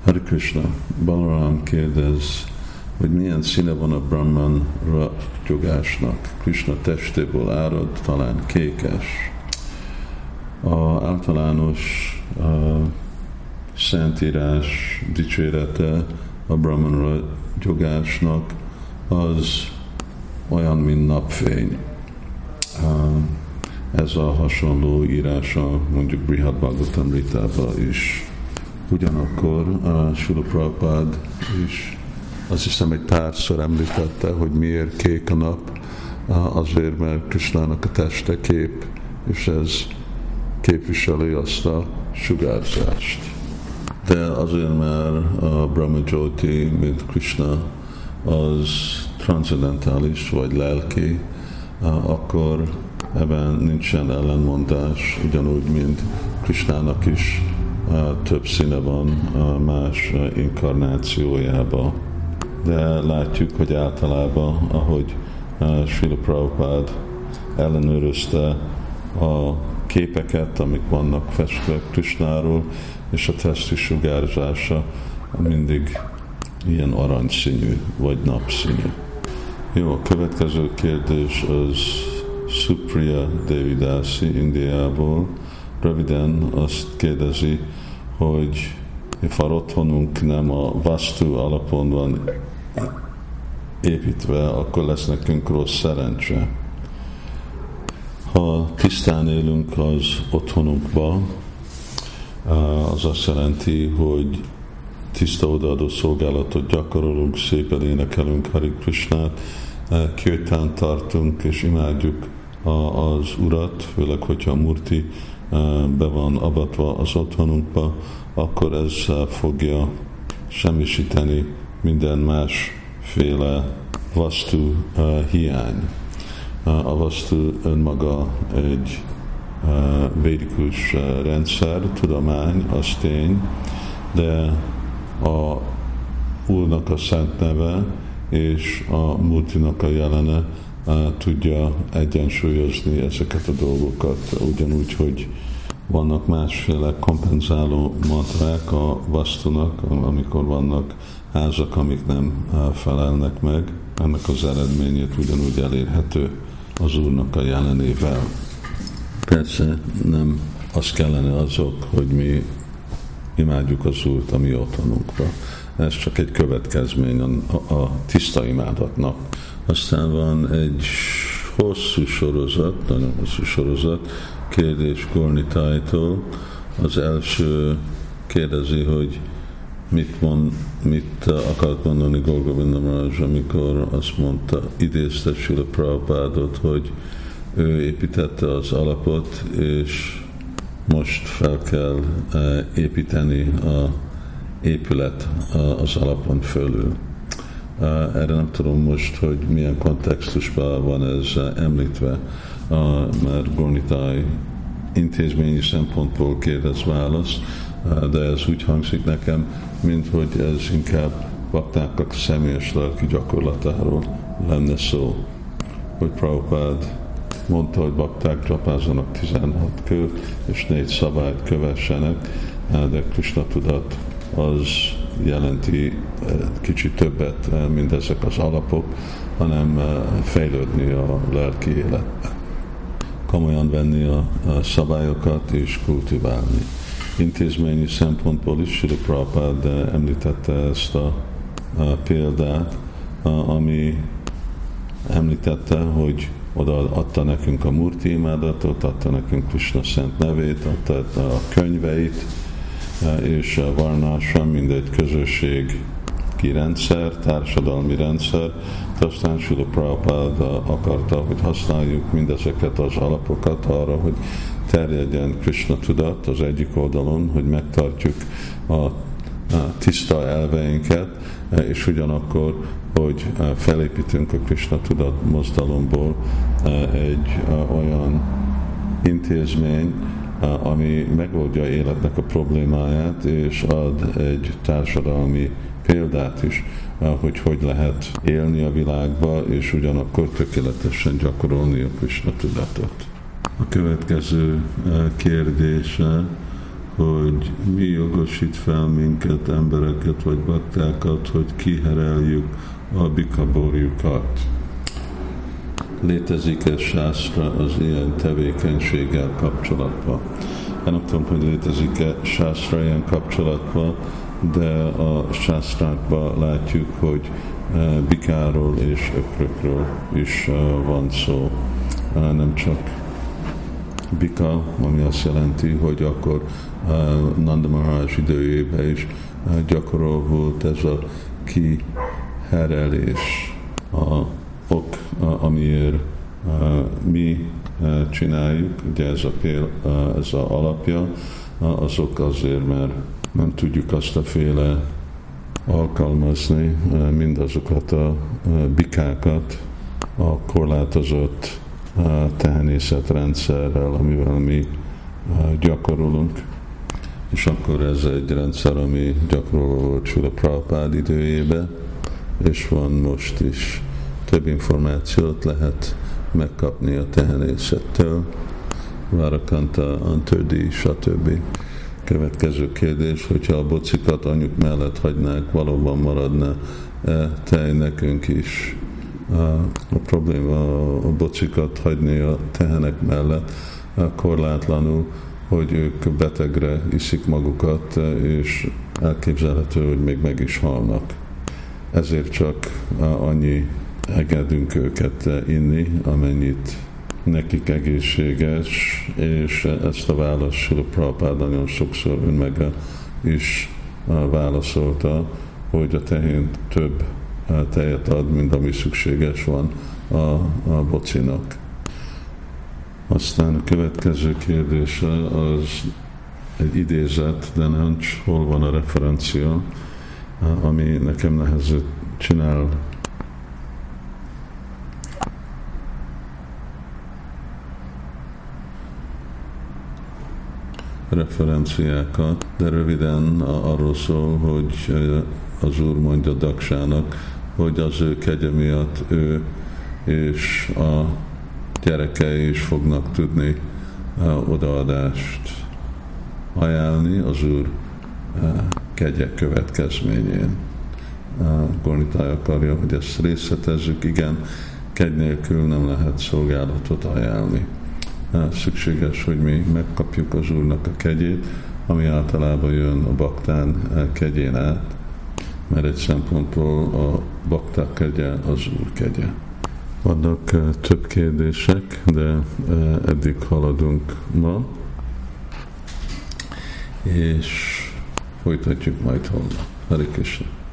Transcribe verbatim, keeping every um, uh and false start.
Hare Krishna, Balaram kérdez, hogy milyen színe van a Brahman ragyogásnak. Krishna testéből árad, talán kékes. A általános a szentírás dicsérete a Brahman ragyogásnak az olyan, mint napfény. Ez a hasonló írása mondjuk Brihad Bhagavatamritában is. Ugyanakkor a Srila Prabhupád is azt hiszem egy párszor említette, hogy miért kék a nap, azért, mert Krishnának a teste kép, és ez képviseli azt a sugárzást. De azért, mert a Brahma Jyoti, mint Krishna, az transzendentális vagy lelki, akkor ebben nincsen ellenmondás, ugyanúgy, mint Krishnának is több színe van más inkarnációjában. De látjuk, hogy általában, ahogy Srila Prabhupád ellenőrizte a képeket, amik vannak festve Krishnáról, és a testi sugárzása mindig ilyen aranyszínű, vagy napszínű. Jó, a következő kérdés az Supriya Devidasi Indiából. Röviden azt kérdezi, hogy ha otthonunk nem a vastu alapon van építve, akkor lesz nekünk rossz szerencse. Ha tisztán élünk az otthonunkba, az azt jelenti, hogy tiszta odaadó szolgálatot gyakorolunk, szépen énekelünk Hare Krishnát, kirtán tartunk és imádjuk az Urat, főleg, hogyha a Murti be van avatva az otthonunkba, akkor ez fogja semmisíteni minden másféle vastu hiány. A vastu önmaga egy védikus rendszer, tudomány, az tény, de a Úrnak a szent neve és a Murtinak a jelene tudja egyensúlyozni ezeket a dolgokat, ugyanúgy, hogy vannak másféle kompenzáló mantrák a vastunak, amikor vannak házak, amik nem felelnek meg, ennek az eredményét ugyanúgy elérhető az Úrnak a jelenével. Persze nem az kellene azok, hogy mi imádjuk az Úrt a mi otthonunkba. Ez csak egy következmény a, a tiszta imádatnak. Aztán van egy hosszú sorozat, nagyon hosszú sorozat, kérdés Gornitájtól. Az első kérdezi, hogy mit, mond, mit akart mondani Gaura Govinda Maharaj, amikor azt mondta, idézte Srila Prabhupádot, hogy ő építette az alapot, és most fel kell építeni a épület az alapon fölül. Erre nem tudom most, hogy milyen kontextusban van ez említve, mert Gornitáj intézményi szempontból kérdez választ, de ez úgy hangzik nekem, mint hogy ez inkább baktáknak személyes lelki gyakorlatáról lenne szó. Hogy Prabhupád mondta, hogy bakták csapázzanak tizenhat kört, és négy szabályt kövessenek, de Krishna tudat az jelenti kicsit többet, mint ezek az alapok, hanem fejlődni a lelki életbe. Komolyan venni a szabályokat és kultiválni. Intézményi szempontból is Srila Prabhupád említette ezt a példát, ami említette, hogy oda adta nekünk a Murti imádatot, adta nekünk Krishna szent nevét, adta a könyveit, és a Varnása mindegy közösségi rendszer, társadalmi rendszer, de aztán Srila Prabhupád akarta, hogy használjuk mindezeket az alapokat arra, hogy terjedjen Krishna tudat az egyik oldalon, hogy megtartjuk a tiszta elveinket, és ugyanakkor, hogy felépítünk a Krishna tudat mozdalomból egy olyan intézmény, ami megoldja életnek a problémáját, és ad egy társadalmi példát is, hogy hogy lehet élni a világba, és ugyanakkor tökéletesen gyakorolni a Krishna tudatot. A következő kérdése, hogy mi jogosít fel minket, embereket vagy baktákat, hogy kihereljük a bikaborjukat. Létezik-e sásztra az ilyen tevékenységgel kapcsolatban? Én nem tudom, hogy létezik-e sásztra ilyen kapcsolatban, de a sásztrákban látjuk, hogy bikáról és ökrökről is van szó. Nem csak bika, ami azt jelenti, hogy akkor Nanda Maharaj időjében is gyakorol volt ez a kiherelés, a ok, amiért mi csináljuk, ugye ez a, pél, ez a alapja, azok azért, mert nem tudjuk azt a féle alkalmazni mindazokat a bikákat a korlátozott tehenészetrendszerrel, amivel mi gyakorolunk. És akkor ez egy rendszer, ami gyakorolva volt Srila Prabhupád idejében, és van most is. Több információt lehet megkapni a tehenészettől, Várakanta, Antördi, stb. Következő kérdés, hogyha a bocikat anyjuk mellett hagynák, valóban maradna e tej nekünk is. A probléma a bocikat hagyni a tehenek mellett korlátlanul, hogy ők betegre iszik magukat, és elképzelhető, hogy még meg is halnak. Ezért csak annyi engedünk őket inni, amennyit nekik egészséges, és ezt a választ Srila Prabhupád nagyon sokszor önmege is válaszolta, hogy a tehén több tejet ad, mint ami szükséges van a, a bocinak. Aztán a következő kérdése az egy idézet, de nincs, hol van a referencia, ami nekem nehezet csinál. Referenciákat, de röviden arról szól, hogy az Úr mondja Daksának, hogy az ő kegye miatt ő és a gyerekei is fognak tudni odaadást ajánlni az Úr kegye következményén. Gornitály akarja, hogy ezt részletezzük, igen, kegy nélkül nem lehet szolgálatot ajánlni. Szükséges, hogy mi megkapjuk az Úrnak a kegyét, ami általában jön a baktán kegyén át, mert egy szempontból a bakták kegye az Úr kegye. Vannak több kérdések, de eddig haladunk ma, és folytatjuk majd holnap. Hare Krishna.